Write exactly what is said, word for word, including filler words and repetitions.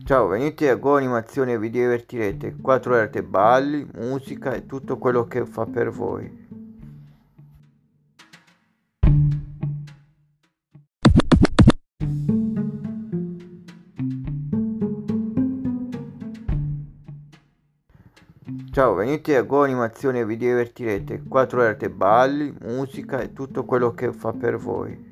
Ciao, venite a Go Animazione e vi divertirete. Qua troverete balli, musica e tutto quello che fa per voi. Ciao, venite a Go Animazione e vi divertirete. Qua troverete balli, musica e tutto quello che fa per voi.